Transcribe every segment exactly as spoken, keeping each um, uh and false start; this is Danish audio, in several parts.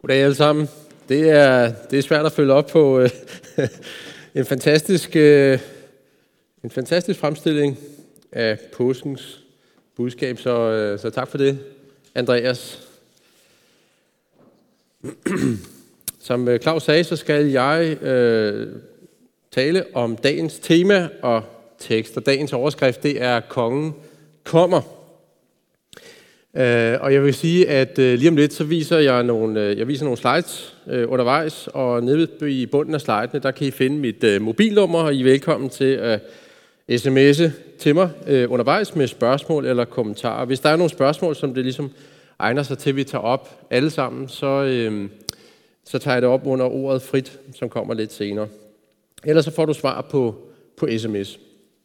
Goddag alle sammen. Det er, det er svært at følge op på øh, en, fantastisk, øh, en fantastisk fremstilling af påskens budskab, så, øh, så tak for det, Andreas. Som Claus sagde, så skal jeg øh, tale om dagens tema og tekst, og dagens overskrift, det er Kongen kommer. Uh, og jeg vil sige, at uh, lige om lidt, så viser jeg nogle, uh, jeg viser nogle slides uh, undervejs, og nede i bunden af slidene, der kan I finde mit uh, mobilnummer, og I er velkommen til at uh, sms'e til mig uh, undervejs med spørgsmål eller kommentarer. Hvis der er nogle spørgsmål, som det ligesom egner sig til, at vi tager op alle sammen, så, uh, så tager jeg det op under ordet frit, som kommer lidt senere. Ellers så får du svar på, på sms.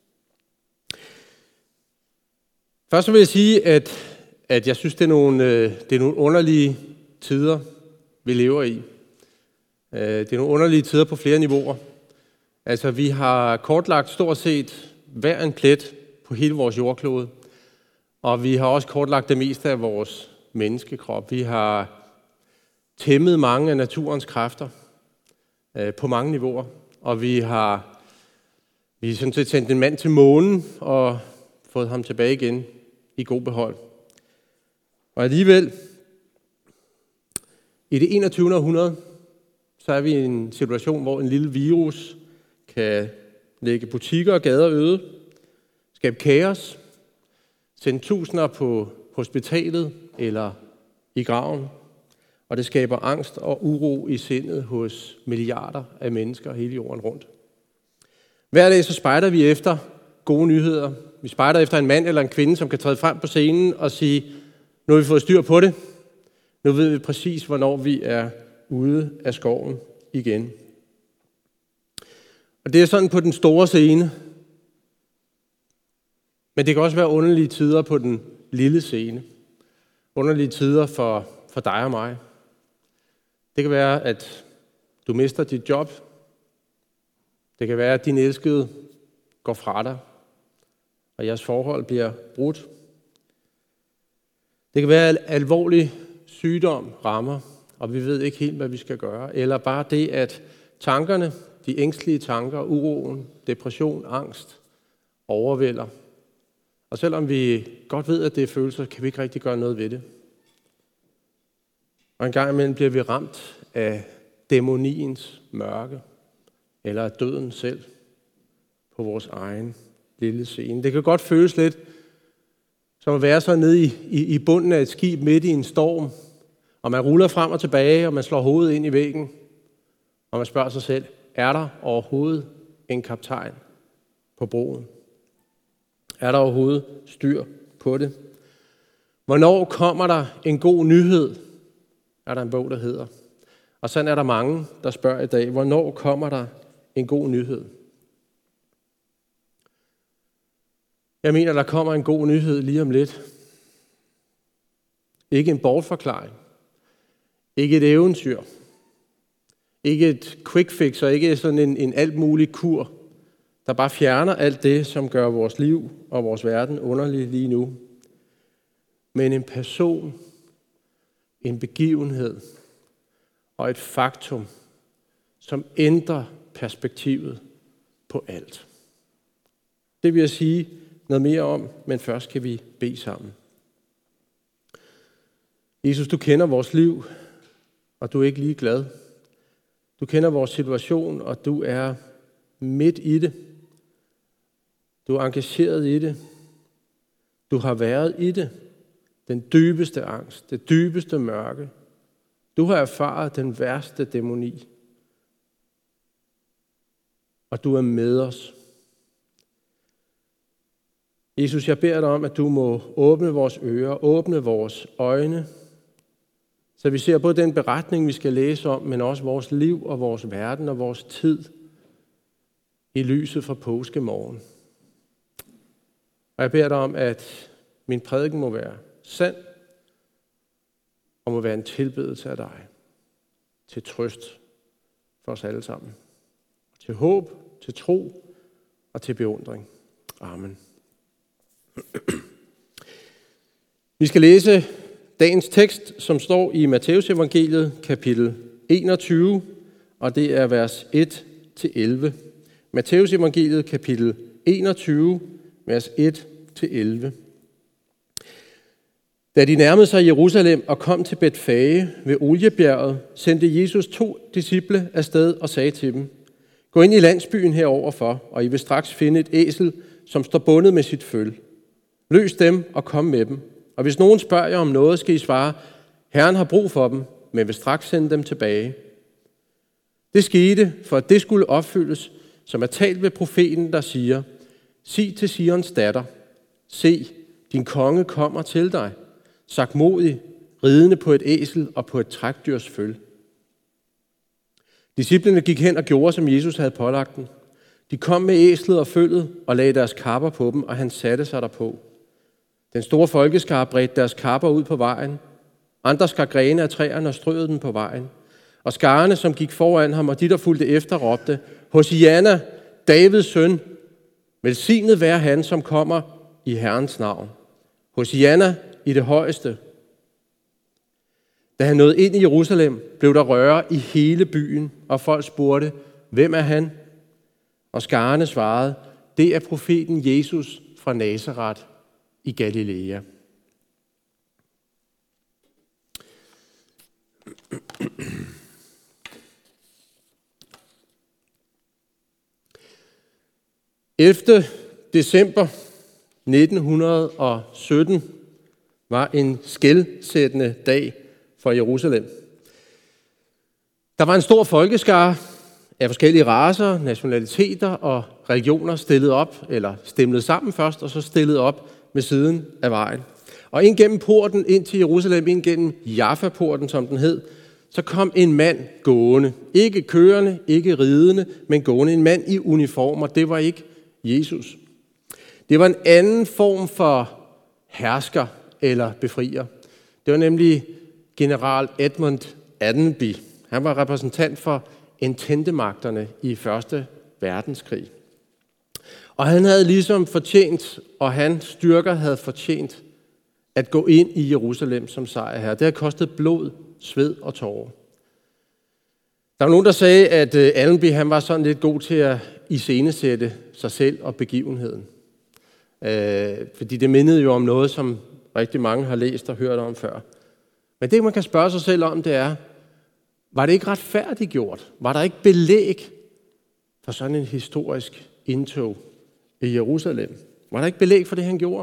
Først så vil jeg sige, at at jeg synes, det er, nogle, det er nogle underlige tider, vi lever i. Det er nogle underlige tider på flere niveauer. Altså, vi har kortlagt stort set hver en plet på hele vores jordklode, og vi har også kortlagt det meste af vores menneskekrop. Vi har tæmmet mange af naturens kræfter på mange niveauer, og vi har, vi har sådan set sendt en mand til månen og fået ham tilbage igen i god behold. Og alligevel, i det enogtyvende århundrede, så er vi i en situation, hvor en lille virus kan lægge butikker og gader øde, skabe kaos, sende tusinder på hospitalet eller i graven, og det skaber angst og uro i sindet hos milliarder af mennesker hele jorden rundt. Hver dag så spejder vi efter gode nyheder. Vi spejder efter en mand eller en kvinde, som kan træde frem på scenen og sige: nu har vi fået styr på det. Nu ved vi præcis, hvornår vi er ude af skoven igen. Og det er sådan på den store scene. Men det kan også være underlige tider på den lille scene. Underlige tider for, for dig og mig. Det kan være, at du mister dit job. Det kan være, at din elskede går fra dig, og jeres forhold bliver brudt. Det kan være, at alvorlig sygdom rammer, og vi ved ikke helt, hvad vi skal gøre. Eller bare det, at tankerne, de ængstlige tanker, uroen, depression, angst, overvælder. Og selvom vi godt ved, at det er følelser, kan vi ikke rigtig gøre noget ved det. Og en gang imellem bliver vi ramt af dæmoniens mørke, eller af døden selv, på vores egen lille scene. Det kan godt føles lidt som at være så nede i, i, i bunden af et skib midt i en storm, og man ruller frem og tilbage, og man slår hovedet ind i væggen, og man spørger sig selv: er der overhovedet en kaptajn på broen? Er der overhovedet styr på det? Hvornår kommer der en god nyhed? Er der en bog, der hedder. Og sådan er der mange, der spørger i dag: hvornår kommer der en god nyhed? Jeg mener, der kommer en god nyhed lige om lidt. Ikke en bortforklaring. Ikke et eventyr. Ikke et quick fix, og ikke sådan en, en alt mulig kur, der bare fjerner alt det, som gør vores liv og vores verden underlig lige nu. Men en person, en begivenhed og et faktum, som ændrer perspektivet på alt. Det vil jeg sige noget mere om, men først kan vi bede sammen. Jesus, du kender vores liv, og du er ikke lige glad. Du kender vores situation, og du er midt i det. Du er engageret i det. Du har været i det. Den dybeste angst, det dybeste mørke. Du har erfaret den værste dæmoni. Og du er med os. Jesus, jeg beder dig om, at du må åbne vores ører, åbne vores øjne, så vi ser både den beretning, vi skal læse om, men også vores liv og vores verden og vores tid i lyset fra påskemorgen. Og jeg beder dig om, at min prædiken må være sand og må være en tilbedelse af dig, til trøst for os alle sammen, til håb, til tro og til beundring. Amen. Vi skal læse dagens tekst, som står i Matteus evangeliet, kapitel enogtyve, og det er vers et til elleve. Matteus evangeliet, kapitel enogtyve, vers et til elleve. Da de nærmede sig Jerusalem og kom til Betfage ved Oliebjerget, sendte Jesus to disciple afsted og sagde til dem: Gå ind i landsbyen heroverfor, og I vil straks finde et æsel, som står bundet med sit føl. Løs dem og kom med dem. Og hvis nogen spørger jer om noget, skal I svare: Herren har brug for dem, men vil straks sende dem tilbage. Det skete, for at det skulle opfyldes, som er talt ved profeten, der siger: Sig til Sions datter: Se, din konge kommer til dig, sagtmodig, ridende på et æsel og på et trækdyrs føl. Disciplene gik hen og gjorde, som Jesus havde pålagt dem. De kom med æslet og følget og lagde deres kapper på dem, og han satte sig derpå. Den store folkeskare bredte deres kapper ud på vejen. Andre skar grene af træerne og strøede dem på vejen. Og skarerne, som gik foran ham, og de, der fulgte efter, råbte: Hosianna, Davids søn, velsignet være han, som kommer i Herrens navn. Hosianna i det højeste. Da han nåede ind i Jerusalem, blev der røre i hele byen, og folk spurgte: Hvem er han? Og skarerne svarede: Det er profeten Jesus fra Nazaret i Galilea. ellevte december nitten sytten var en skelsættende dag for Jerusalem. Der var en stor folkeskare af forskellige racer, nationaliteter og religioner stillet op, eller stemlet sammen først, og så stillet op ved siden af vejen. Og ind gennem porten ind til Jerusalem, ind gennem Jaffa-porten, som den hed, så kom en mand gående. Ikke kørende, ikke ridende, men gående. En mand i uniform, og det var ikke Jesus. Det var en anden form for hersker eller befrier. Det var nemlig general Edmund Allenby. Han var repræsentant for entendemagterne i første verdenskrig. Og han havde ligesom fortjent, og hans styrker havde fortjent, at gå ind i Jerusalem som sejrherre. Det havde kostet blod, sved og tårer. Der var nogen, der sagde, at Allenby han var sådan lidt god til at iscenesætte sig selv og begivenheden. Øh, fordi det mindede jo om noget, som rigtig mange har læst og hørt om før. Men det, man kan spørge sig selv om, det er, var det ikke retfærdigt gjort? Var der ikke belæg for sådan en historisk indtog i Jerusalem? Var der ikke belæg for det, han gjorde?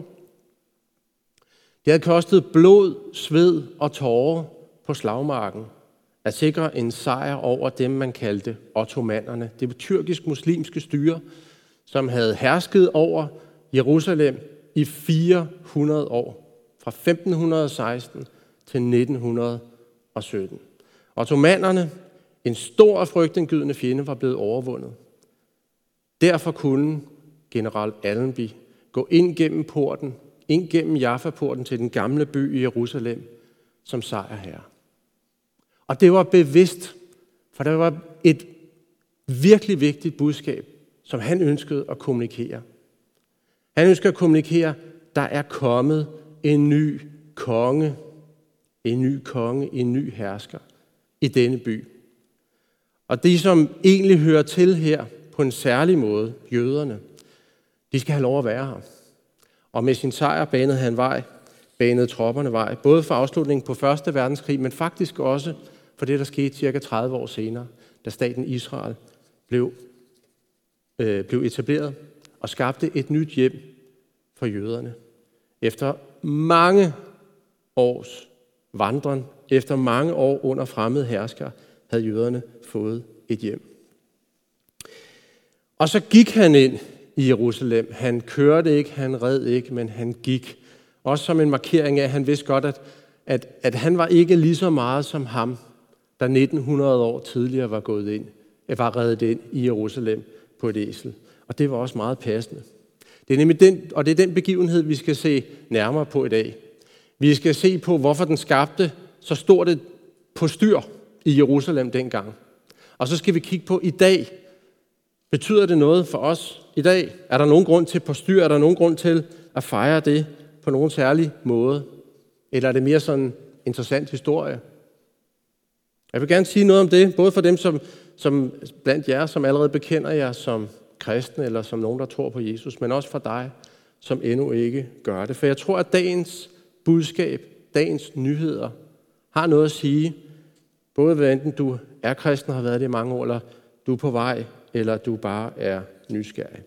Det havde kostet blod, sved og tårer på slagmarken at sikre en sejr over dem, man kaldte ottomannerne. Det var tyrkisk-muslimske styre, som havde hersket over Jerusalem i fire hundrede år. Fra femten seksten til nitten sytten. Ottomannerne, en stor og frygtindgydende fjende, var blevet overvundet. Derfor kunne general Allenby gå ind gennem porten, ind gennem Jaffa-porten til den gamle by i Jerusalem som sejrherre. Og det var bevidst, for der var et virkelig vigtigt budskab, som han ønskede at kommunikere. Han ønskede at kommunikere, der er kommet en ny konge, en ny konge, en ny hersker i denne by. Og de, som egentlig hører til her på en særlig måde, jøderne, de skal have lov at være her. Og med sin sejr banede han vej, banede tropperne vej, både for afslutningen på første verdenskrig, men faktisk også for det, der skete cirka tredive år senere, da staten Israel blev, øh, blev etableret og skabte et nyt hjem for jøderne. Efter mange års vandren, efter mange år under fremmede herskere, havde jøderne fået et hjem. Og så gik han ind i Jerusalem. Han kørte ikke, han red ikke, men han gik. Også som en markering af, at han vidste godt, at, at, at han var ikke lige så meget som ham, der nitten hundrede år tidligere var gået ind, var reddet ind i Jerusalem på et æsel. Og det var også meget passende. Det er nemlig den, og det er den begivenhed, vi skal se nærmere på i dag. Vi skal se på, hvorfor den skabte så stort et postyr i Jerusalem dengang. Og så skal vi kigge på i dag. Betyder det noget for os i dag? Er der nogen grund til postyr? Er der nogen grund til at fejre det på nogen særlig måde? Eller er det mere sådan interessant historie. Jeg vil gerne sige noget om det, både for dem, som, som blandt jer, som allerede bekender jer som kristne, eller som nogen, der tror på Jesus, men også for dig, som endnu ikke gør det. For jeg tror, at dagens budskab, dagens nyheder, har noget at sige, både hvad enten du er kristen og har været det i mange år, eller du er på vej, eller du bare er nysgerrig.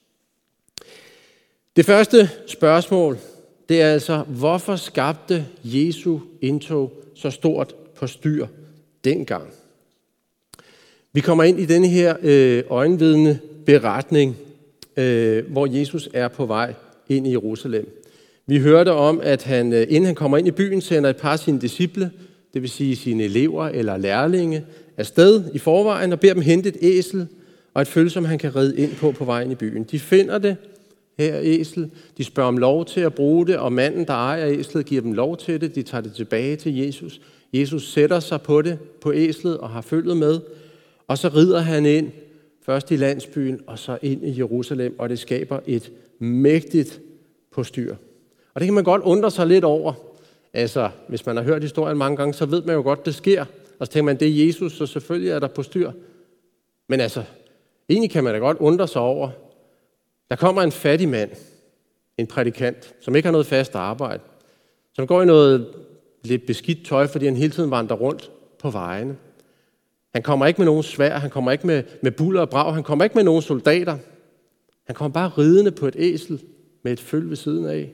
Det første spørgsmål, det er altså, hvorfor skabte Jesu indtog så stort på styr dengang? Vi kommer ind i denne her øh, øjenvidne beretning, øh, hvor Jesus er på vej ind i Jerusalem. Vi hørte om, at han, øh, inden han kommer ind i byen, sender et par af sine disciple, det vil sige sine elever eller lærlinge, afsted i forvejen og beder dem hente et æsel og et følge, som han kan ride ind på på vejen i byen. De finder det her æsel, de spørger om lov til at bruge det, og manden, der ejer æslet, giver dem lov til det. De tager det tilbage til Jesus. Jesus sætter sig på det, på æslet, og har følget med, og så rider han ind, først i landsbyen, og så ind i Jerusalem, og det skaber et mægtigt postyr. Og det kan man godt undre sig lidt over. Altså, hvis man har hørt historien mange gange, så ved man jo godt, det sker. Og så tænker man, det er Jesus, så selvfølgelig er der postyr. Men altså, egentlig kan man da godt undre sig over, der kommer en fattig mand, en prædikant, som ikke har noget fast arbejde, som går i noget lidt beskidt tøj, fordi han hele tiden vandrer rundt på vejene. Han kommer ikke med nogen sværd, han kommer ikke med, med buller og brag, han kommer ikke med nogen soldater. Han kommer bare ridende på et æsel med et føl ved siden af.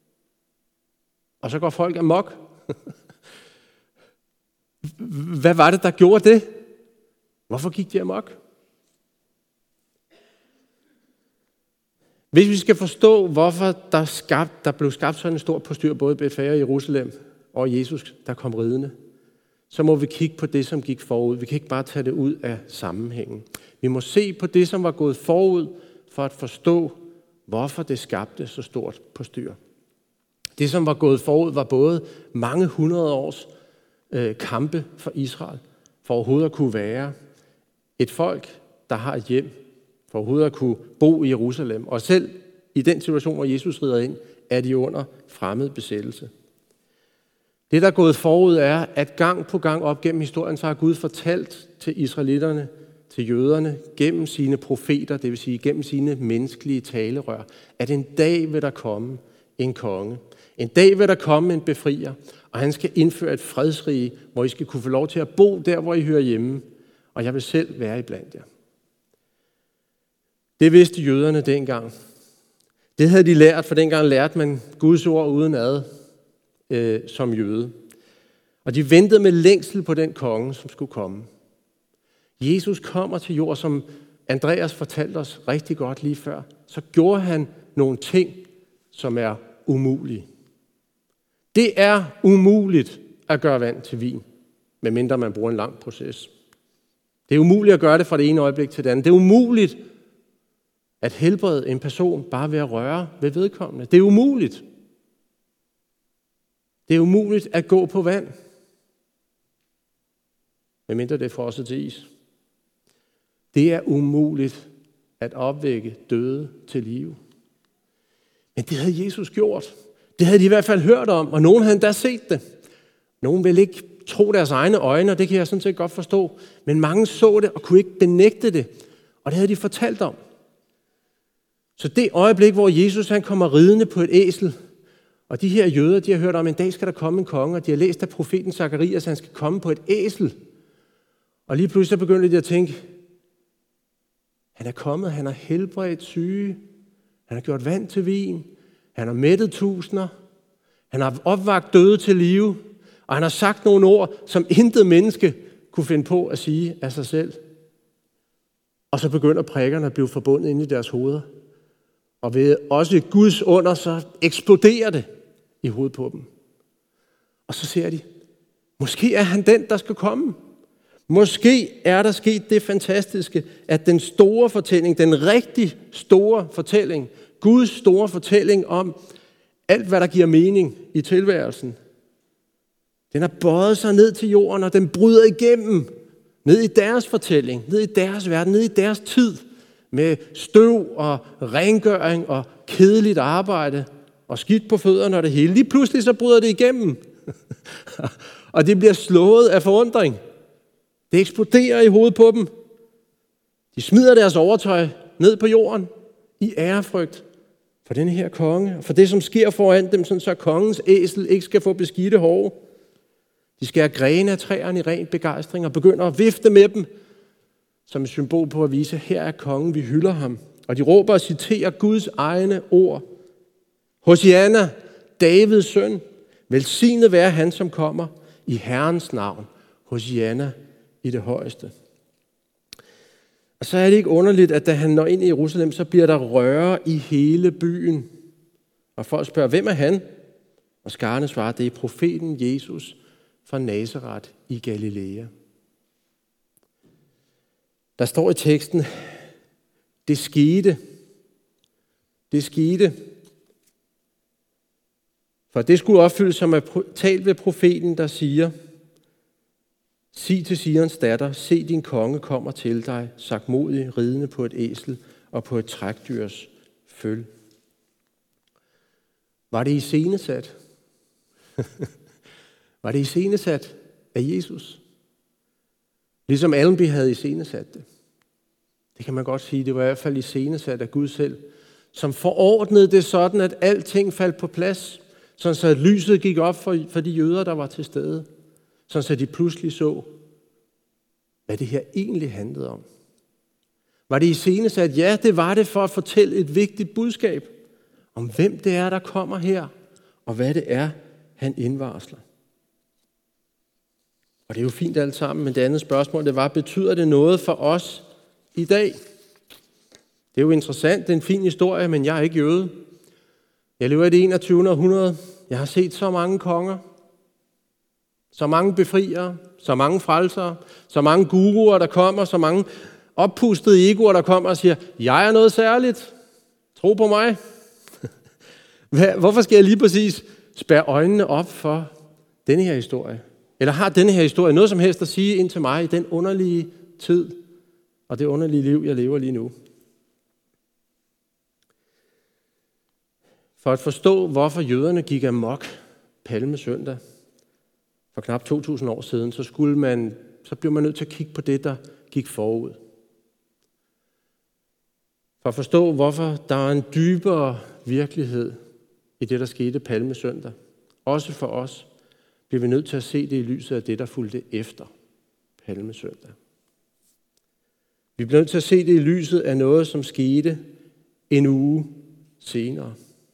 Og så går folk amok. Hvad var det, der gjorde det? Hvorfor gik de amok? Hvis vi skal forstå, hvorfor der, skabt, der blev skabt sådan en stor postyr, både i Betfage og Jerusalem, og Jesus, der kom ridende, så må vi kigge på det, som gik forud. Vi kan ikke bare tage det ud af sammenhængen. Vi må se på det, som var gået forud, for at forstå, hvorfor det skabte så stort postyr. Det, som var gået forud, var både mange hundrede års øh, kampe for Israel, for overhovedet at kunne være et folk, der har et hjem, for overhovedet at kunne bo i Jerusalem. Og selv i den situation, hvor Jesus rider ind, er de under fremmed besættelse. Det, der er gået forud, er, at gang på gang op gennem historien, så har Gud fortalt til israelitterne, til jøderne, gennem sine profeter, det vil sige gennem sine menneskelige talerør, at en dag vil der komme en konge. En dag vil der komme en befrier, og han skal indføre et fredsrige, hvor I skal kunne få lov til at bo der, hvor I hører hjemme, og jeg vil selv være iblandt jer. Det vidste jøderne dengang. Det havde de lært, for dengang lærte man Guds ord uden ad øh, som jøde. Og de ventede med længsel på den konge, som skulle komme. Jesus kommer til jord, som Andreas fortalte os rigtig godt lige før. Så gjorde han nogle ting, som er umulige. Det er umuligt at gøre vand til vin, medmindre man bruger en lang proces. Det er umuligt at gøre det fra det ene øjeblik til det andet. Det er umuligt at helbrede en person bare ved at røre ved vedkommende. Det er umuligt. Det er umuligt at gå på vand, medmindre det er frosset til is. Det er umuligt at opvække døde til live. Men det havde Jesus gjort. Det havde de i hvert fald hørt om, og nogen havde endda set det. Nogen ville ikke tro deres egne øjne, og det kan jeg sådan set godt forstå. Men mange så det og kunne ikke benægte det, og det havde de fortalt om. Så det øjeblik, hvor Jesus han kommer ridende på et æsel, og de her jøder, de har hørt om, at en dag skal der komme en konge, og de har læst af profeten Zakarias, at han skal komme på et æsel. Og lige pludselig så begyndte de at tænke, han er kommet, han har helbredt syge, han har gjort vand til vin, han har mættet tusinder, han har opvakt døde til live, og han har sagt nogle ord, som intet menneske kunne finde på at sige af sig selv. Og så begynder prikkerne at blive forbundet inde i deres hoveder. Og ved også Guds under, så eksploderer det i hovedet på dem. Og så ser de, måske er han den, der skal komme. Måske er der sket det fantastiske, at den store fortælling, den rigtig store fortælling, Guds store fortælling om alt, hvad der giver mening i tilværelsen, den har bøjet sig ned til jorden, og den bryder igennem, ned i deres fortælling, ned i deres verden, ned i deres tid, med støv og rengøring og kedeligt arbejde og skidt på fødderne og det hele. Lige pludselig så bryder det igennem. Og de bliver slået af forundring. Det eksploderer i hovedet på dem. De smider deres overtøj ned på jorden i ærefrygt for den her konge, og for det, som sker foran dem, sådan så kongens æsel ikke skal få beskidte hår. De skærer grene af træerne i ren begejstring og begynder at vifte med dem, som et symbol på at vise, her er kongen, vi hylder ham. Og de råber og citerer Guds egne ord. Hosianna, Davids søn, velsignet være han, som kommer i Herrens navn. Hosianna i det højeste. Og så er det ikke underligt, at da han når ind i Jerusalem, så bliver der røre i hele byen. Og folk spørger, hvem er han? Og skarne svarer, det er profeten Jesus fra Nazaret i Galilea. Der står i teksten, det skete. Det skete. For det skulle opfyldes, som er talt ved profeten, der siger, sig til Sions datter, se din konge kommer til dig, sagtmodig, ridende på et æsel og på et trækdyrs føl. Var det iscenesat? Var det iscenesat af Jesus? Ligesom Allenby havde iscenesat det. Det kan man godt sige, det var i hvert fald iscenesat af Gud selv, som forordnede det sådan, at alting faldt på plads, sådan så at lyset gik op for, for de jøder, der var til stede. Sådan så de pludselig så, hvad det her egentlig handlede om. Var det iscenesat? Ja, det var det for at fortælle et vigtigt budskab om, hvem det er, der kommer her, og hvad det er, han indvarsler. Og det er jo fint alt sammen, men det andet spørgsmål, det var, betyder det noget for os i dag? Det er jo interessant, det er en fin historie, men jeg er ikke jøde. Jeg lever i det enogtyvende århundrede. Jeg har set så mange konger, så mange befriere, så mange frelsere, så mange guruer, der kommer, så mange oppustede egoer, der kommer og siger, jeg er noget særligt. Tro på mig. Hvorfor skal jeg lige præcis spærre øjnene op for denne her historie? Eller har denne her historie noget som helst at sige ind til mig i den underlige tid og det underlige liv, jeg lever lige nu? For at forstå, hvorfor jøderne gik amok palmesøndag for knap to tusind år siden, så, skulle man, så blev man nødt til at kigge på det, der gik forud. For at forstå, hvorfor der er en dybere virkelighed i det, der skete palmesøndag, også for os, bliver vi nødt til at se det i lyset af det, der fulgte efter palmesøndag. Vi bliver nødt til at se det i lyset af noget, som skete en uge senere.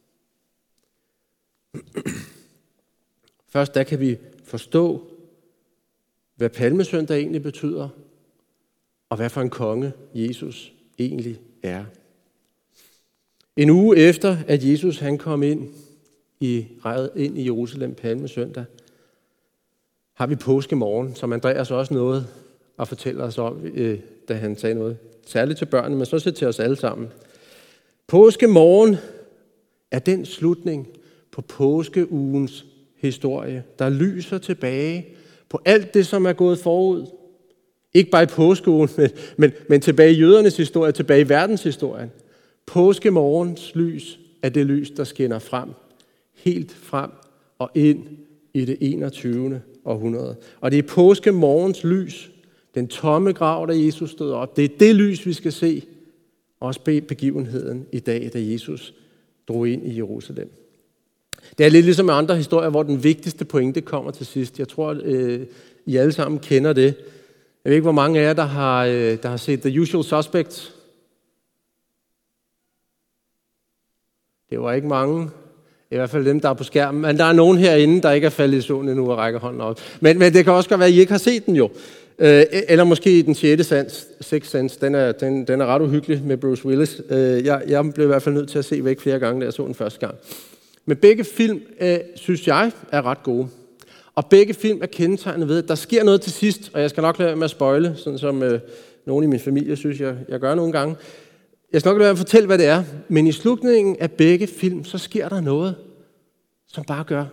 Først der kan vi forstå, hvad palmesøndag egentlig betyder, og hvad for en konge Jesus egentlig er. En uge efter, at Jesus han kom ind i, ind i Jerusalem palmesøndag, har vi påskemorgen, som Andreas også nåede at fortælle os om, da han sagde noget. Særligt til børnene, men så set til os alle sammen. Påskemorgen er den slutning på påskeugens historie, der lyser tilbage på alt det, som er gået forud. Ikke bare i påskeugen, men, men, men tilbage i jødernes historie, tilbage i verdenshistorien. Påskemorgens lys er det lys, der skinner frem, helt frem og ind i det enogtyvende århundrede. Og det er påskemorgens lys, den tomme grav, da Jesus stod op. Det er det lys, vi skal se, også begivenheden i dag, da Jesus drog ind i Jerusalem. Det er lidt ligesom med andre historier, hvor den vigtigste pointe kommer til sidst. Jeg tror, øh, I alle sammen kender det. Jeg ved ikke, hvor mange af jer, der har, øh, der har set The Usual Suspects. Det var ikke mange. I hvert fald dem, der er på skærmen. Men der er nogen herinde, der ikke er faldet i søvn endnu og rækker hånden op. Men, men det kan også godt være, at I ikke har set den jo. Øh, eller måske den sjette sans, Sixth Sense. Den er, den, den er ret uhyggelig med Bruce Willis. Øh, jeg, jeg blev i hvert fald nødt til at se væk flere gange, da jeg så den første gang. Men begge film, øh, synes jeg, er ret gode. Og begge film er kendetegnet ved, at der sker noget til sidst, og jeg skal nok lade være med at spoile, sådan som øh, nogen i min familie synes, jeg, jeg gør nogle gange. Jeg skal nok lade være med at fortælle, hvad det er, men i slutningen af begge film, så sker der noget, som bare gør,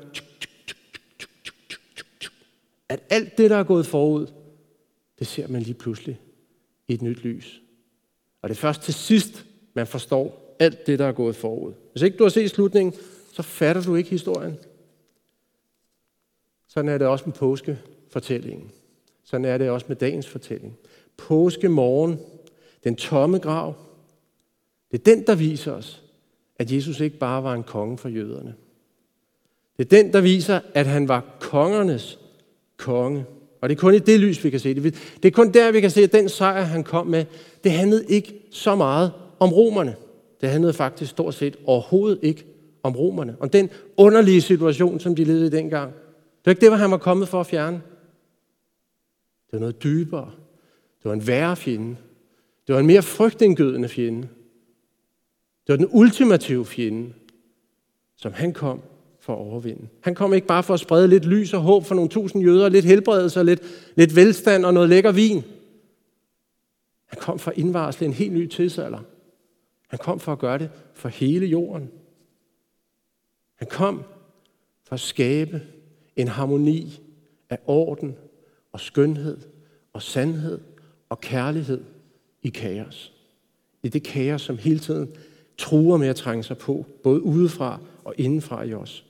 at alt det, der er gået forud, det ser man lige pludselig i et nyt lys. Og det er først til sidst, man forstår alt det, der er gået forud. Hvis ikke du har set slutningen, så fatter du ikke historien. Sådan er det også med påskefortællingen. Sådan er det også med dagens fortælling. Påskemorgen, den tomme grav, det er den, der viser os, at Jesus ikke bare var en konge for jøderne. Det er den, der viser, at han var kongernes konge. Og det er kun i det lys, vi kan se det. Det er kun der, vi kan se, at den sejr, han kom med, det handlede ikke så meget om romerne. Det handlede faktisk stort set overhovedet ikke om romerne. Om den underlige situation, som de levede i dengang. Det var ikke det, hvad han var kommet for at fjerne. Det var noget dybere. Det var en værre fjende. Det var en mere frygtindgydende fjende. Det var den ultimative fjende, som han kom for at overvinde. Han kom ikke bare for at sprede lidt lys og håb for nogle tusind jøder, lidt helbredelse og lidt, lidt velstand og noget lækker vin. Han kom for at indvarsle en helt ny tidsalder. Han kom for at gøre det for hele jorden. Han kom for at skabe en harmoni af orden og skønhed og sandhed og kærlighed i kaos. I det kaos, som hele tiden truer med at trænge sig på, både udefra og indenfra i os.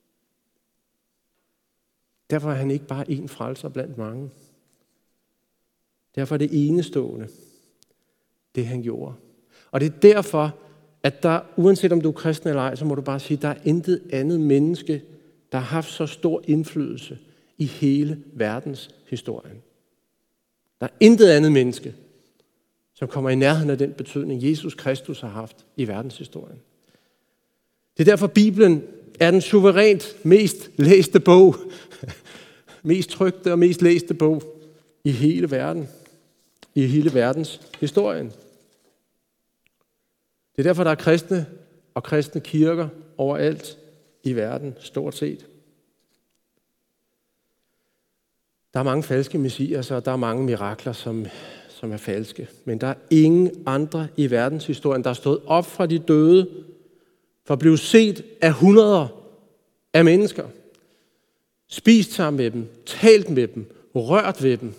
Derfor er han ikke bare en frelser blandt mange. Derfor er det enestående, det han gjorde. Og det er derfor, at der, uanset om du er kristen eller ej, så må du bare sige, at der er intet andet menneske, der har haft så stor indflydelse i hele verdens historien. Der er intet andet menneske, som kommer i nærheden af den betydning, Jesus Kristus har haft i verdenshistorien. Det er derfor, Bibelen er den suverænt mest læste bog, mest trykte og mest læste bog i hele verden, i hele verdens historien. Det er derfor, der er kristne og kristne kirker overalt i verden, stort set. Der er mange falske messias, og der er mange mirakler, som, som er falske. Men der er ingen andre i verdenshistorien, der er stået op fra de døde, for at blive set af hundreder af mennesker. Spist sammen med dem, talt med dem, rørt ved dem.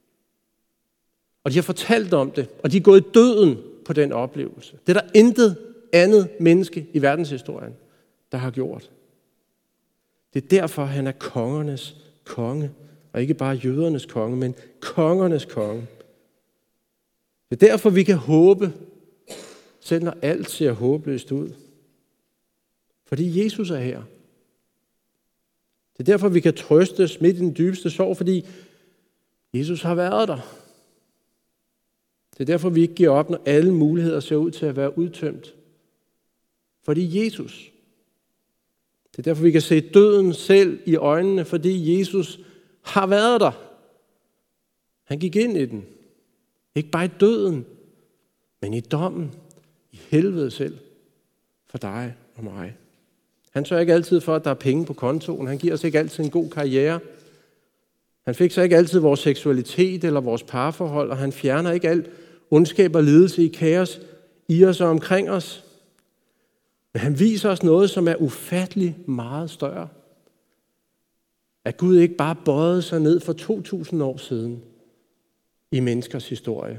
Og de har fortalt om det, og de er gået i døden på den oplevelse. Det er der intet andet menneske i verdenshistorien, der har gjort. Det er derfor, han er kongernes konge, og ikke bare jødernes konge, men kongernes konge. Det er derfor, vi kan håbe, selv når alt ser håbløst ud. Fordi Jesus er her. Det er derfor, vi kan trøstes midt i den dybeste sorg, fordi Jesus har været der. Det er derfor, vi ikke giver op, når alle muligheder ser ud til at være udtømt. Fordi Jesus. Det er derfor, vi kan se døden selv i øjnene, fordi Jesus har været der. Han gik ind i den. Ikke bare i døden, men i dommen, i helvede selv, for dig og mig. Han sørger ikke altid for, at der er penge på kontoen. Han giver os ikke altid en god karriere. Han fikser ikke altid vores seksualitet eller vores parforhold, og han fjerner ikke alt ondskab og lidelse i kaos i os og omkring os. Men han viser os noget, som er ufattelig meget større. At Gud ikke bare bøjede sig ned for to tusind år siden i menneskers historie.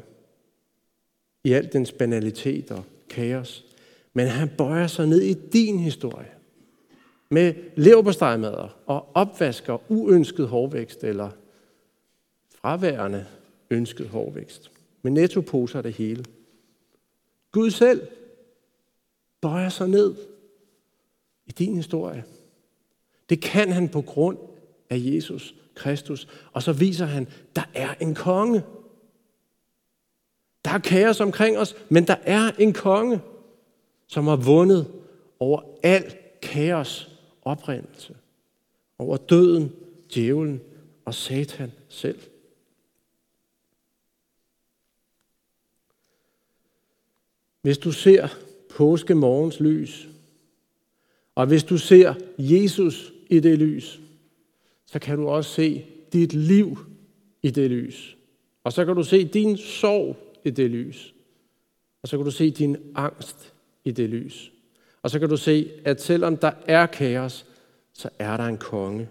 I al dens banalitet og kaos. Men han bøjer sig ned i din historie. Med leverpostejmadder og opvasker uønsket hårvækst eller fraværende ønsket hårvækst. Med nettoposer det hele. Gud selv bøjer sig ned i din historie. Det kan han på grund af Jesus Kristus. Og så viser han, der er en konge. Der er kaos omkring os, men der er en konge, som har vundet over al kaos oprindelse. Over døden, djævlen og Satan selv. Hvis du ser påskemorgens lys, og hvis du ser Jesus i det lys, så kan du også se dit liv i det lys. Og så kan du se din sorg i det lys. Og så kan du se din angst i det lys. Og så kan du se, at selvom der er kaos, så er der en konge.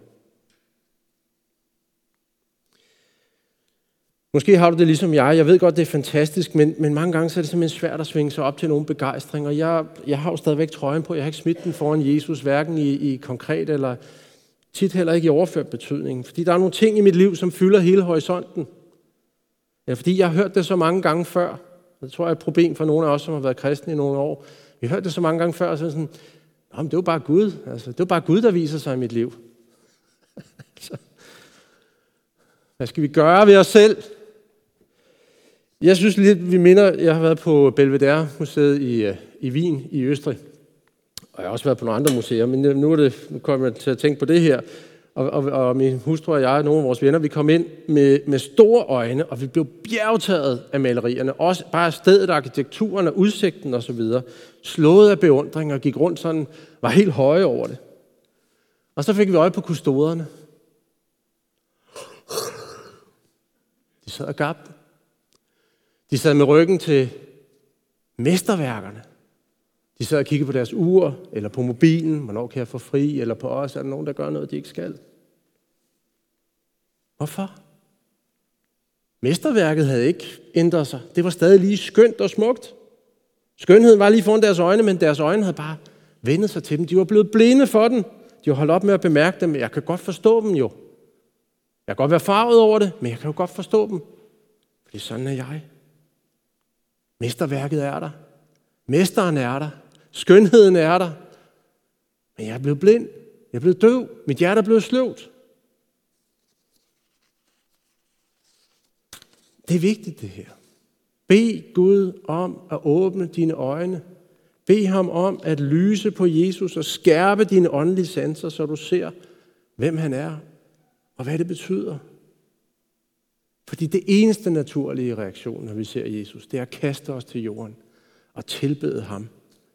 Måske har du det ligesom jeg. Jeg ved godt, det er fantastisk, men, men mange gange så er det simpelthen svært at svinge sig op til nogle begejstring. Og jeg, jeg har jo stadigvæk trøjen på. Jeg har ikke smidt den foran Jesus, hverken i, i konkret eller tit heller ikke i overført betydning, fordi der er nogle ting i mit liv, som fylder hele horisonten. Eller fordi jeg har hørt det så mange gange før. Det tror jeg er et problem for nogle af os, som har været kristne i nogle år. Vi har hørt det så mange gange før, og så er sådan, Nå, men det er jo bare Gud. Altså, det er jo bare Gud, der viser sig i mit liv. altså, hvad skal vi gøre ved os selv? Jeg synes lidt, vi minder, jeg har været på Belvedere-museet i, i Wien i Østrig. Og jeg har også været på nogle andre museer, men nu, er det, nu kommer jeg til at tænke på det her. Og, og, og min hustru og jeg og nogle af vores venner, vi kom ind med, med store øjne, og vi blev bjergtaget af malerierne. Også bare stedet, arkitekturen og udsigten og så videre. Slået af beundring og gik rundt sådan, var helt høje over det. Og så fik vi øje på kustoderne. De sad og gabte. De sad med ryggen til mesterværkerne. De sad og kiggede på deres ur, eller på mobilen, hvornår kan jeg få fri, eller på os, er der nogen, der gør noget, de ikke skal. Hvorfor? Mesterværket havde ikke ændret sig. Det var stadig lige skønt og smukt. Skønheden var lige foran deres øjne, men deres øjne havde bare vendt sig til dem. De var blevet blinde for den. De var holdt op med at bemærke dem, men jeg kan godt forstå dem jo. Jeg kan godt være farvet over det, men jeg kan jo godt forstå dem. Fordi sådan er jeg. Mesterværket er der. Mesteren er der. Skønheden er der. Men jeg er blevet blind. Jeg er blevet døv. Mit hjerte er blevet sløvt. Det er vigtigt, det her. Bed Gud om at åbne dine øjne. Bed ham om at lyse på Jesus og skærpe dine åndelige sanser, så du ser, hvem han er og hvad det betyder. Fordi det eneste naturlige reaktion, når vi ser Jesus, det er at kaste os til jorden og tilbede ham.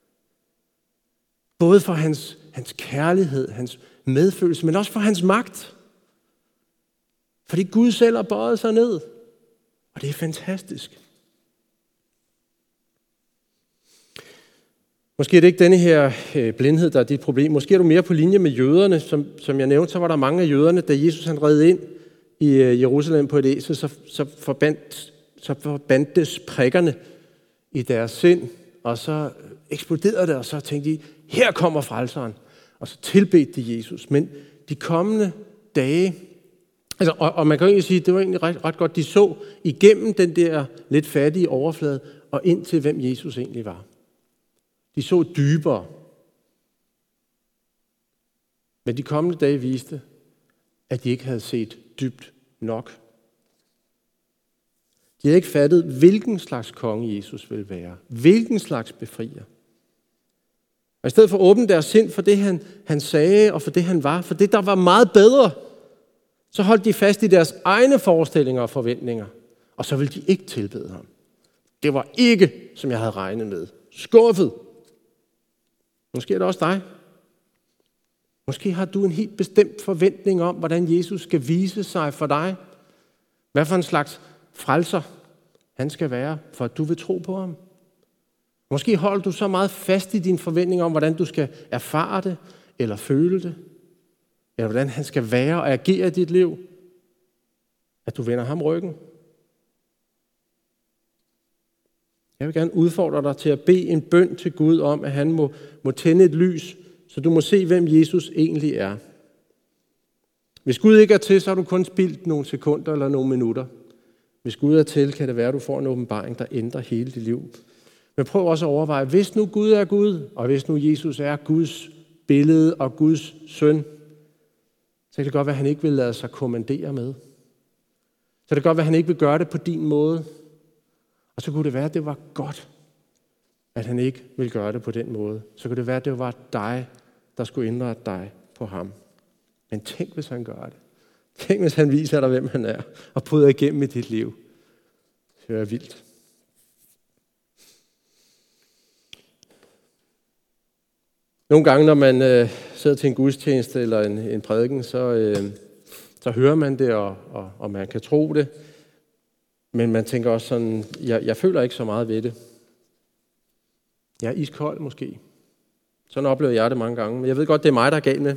Både for hans, hans kærlighed, hans medfølelse, men også for hans magt. Fordi Gud selv har bøjet sig ned. Og det er fantastisk. Måske er det ikke denne her blindhed, der er dit problem. Måske er du mere på linje med jøderne. Som, som jeg nævnte, så var der mange af jøderne, da Jesus han red ind i Jerusalem på et æsel, så, så, forbandt, så forbandtes prikkerne i deres sind, og så eksploderede det, og så tænkte de, her kommer frelseren. Og så tilbedte de Jesus. Men de kommende dage, altså, og, og man kan jo egentlig sige, det var egentlig ret, ret godt, de så igennem den der lidt fattige overflade, og ind til, hvem Jesus egentlig var. De så dybere. Men de kommende dage viste, at de ikke havde set dybt nok. De havde ikke fattet, hvilken slags konge Jesus ville være. Hvilken slags befrier. Og i stedet for at åbne deres sind for det, han, han sagde, og for det, han var, for det, der var meget bedre, så holdt de fast i deres egne forestillinger og forventninger. Og så ville de ikke tilbede ham. Det var ikke, som jeg havde regnet med. Skuffet. Måske er det også dig. Måske har du en helt bestemt forventning om, hvordan Jesus skal vise sig for dig. Hvad for en slags frelser han skal være, for at du vil tro på ham. Måske holder du så meget fast i din forventning om, hvordan du skal erfare det, eller føle det, eller hvordan han skal være og agere i dit liv, at du vender ham ryggen. Jeg vil gerne udfordre dig til at bede en bøn til Gud om, at han må, må tænde et lys, så du må se, hvem Jesus egentlig er. Hvis Gud ikke er til, så har du kun spildt nogle sekunder eller nogle minutter. Hvis Gud er til, kan det være, at du får en åbenbaring, der ændrer hele dit liv. Men prøv også at overveje, hvis nu Gud er Gud, og hvis nu Jesus er Guds billede og Guds søn, så kan det godt være, at han ikke vil lade sig kommandere med. Så kan det godt være, at han ikke vil gøre det på din måde. Og så kunne det være, at det var godt, at han ikke vil gøre det på den måde. Så kunne det være, at det var dig, der skulle indrette dig på ham. Men tænk, hvis han gør det. Tænk, hvis han viser dig, hvem han er, og bryder igennem i dit liv. Det er vildt. Nogle gange, når man øh, sidder til en gudstjeneste eller en, en prædiken, så, øh, så hører man det, og, og, og man kan tro det. Men man tænker også sådan, jeg, jeg føler ikke så meget ved det. Jeg er iskold måske. Sådan oplever jeg det mange gange. Men jeg ved godt, det er mig, der er galt med.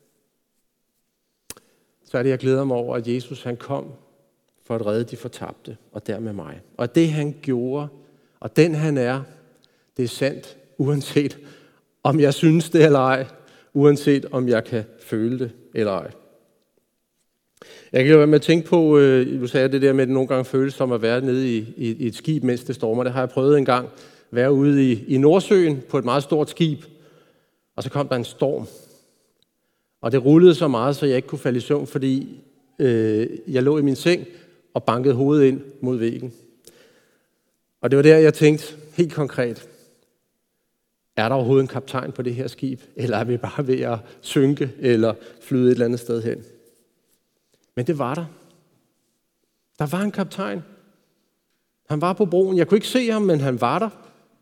Så er det, jeg glæder mig over, at Jesus han kom for at redde de fortabte, og dermed mig. Og det han gjorde, og den han er, det er sandt, uanset om jeg synes det eller ej, uanset om jeg kan føle det eller ej. Jeg kan jo være med at tænke på, øh, du sagde det der med, at det nogle gange føles som at være nede i, i, i et skib, mens det stormer. Det har jeg prøvet en gang. Være ude i, i Nordsøen på et meget stort skib, og så kom der en storm. Og det rullede så meget, så jeg ikke kunne falde i søvn, fordi øh, jeg lå i min seng og bankede hovedet ind mod væggen. Og det var der, jeg tænkte helt konkret, er der overhovedet en kaptajn på det her skib, eller er vi bare ved at synke eller flyde et eller andet sted hen? Men det var der. Der var en kaptajn. Han var på broen. Jeg kunne ikke se ham, men han var der.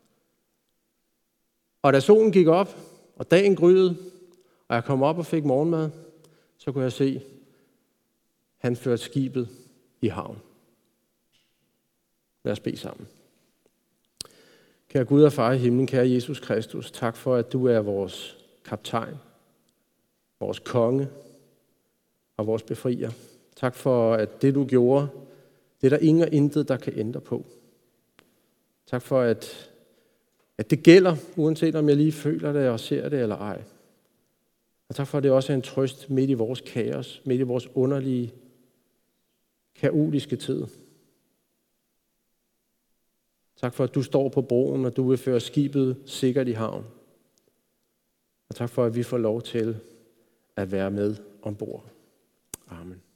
Og da solen gik op, og dagen gryede, og jeg kom op og fik morgenmad, så kunne jeg se, han førte skibet i havn. Lad os bede sammen. Kære Gud og Far i himlen, kære Jesus Kristus, tak for, at du er vores kaptajn, vores konge og vores befrier. Tak for, at det du gjorde, det er der ingen og intet, der kan ændre på. Tak for, at, at det gælder, uanset om jeg lige føler det og ser det eller ej. Og tak for, at det også er en trøst midt i vores kaos, midt i vores underlige, kaotiske tid. Tak for, at du står på broen, og du vil føre skibet sikkert i havn. Og tak for, at vi får lov til at være med ombord. Amen.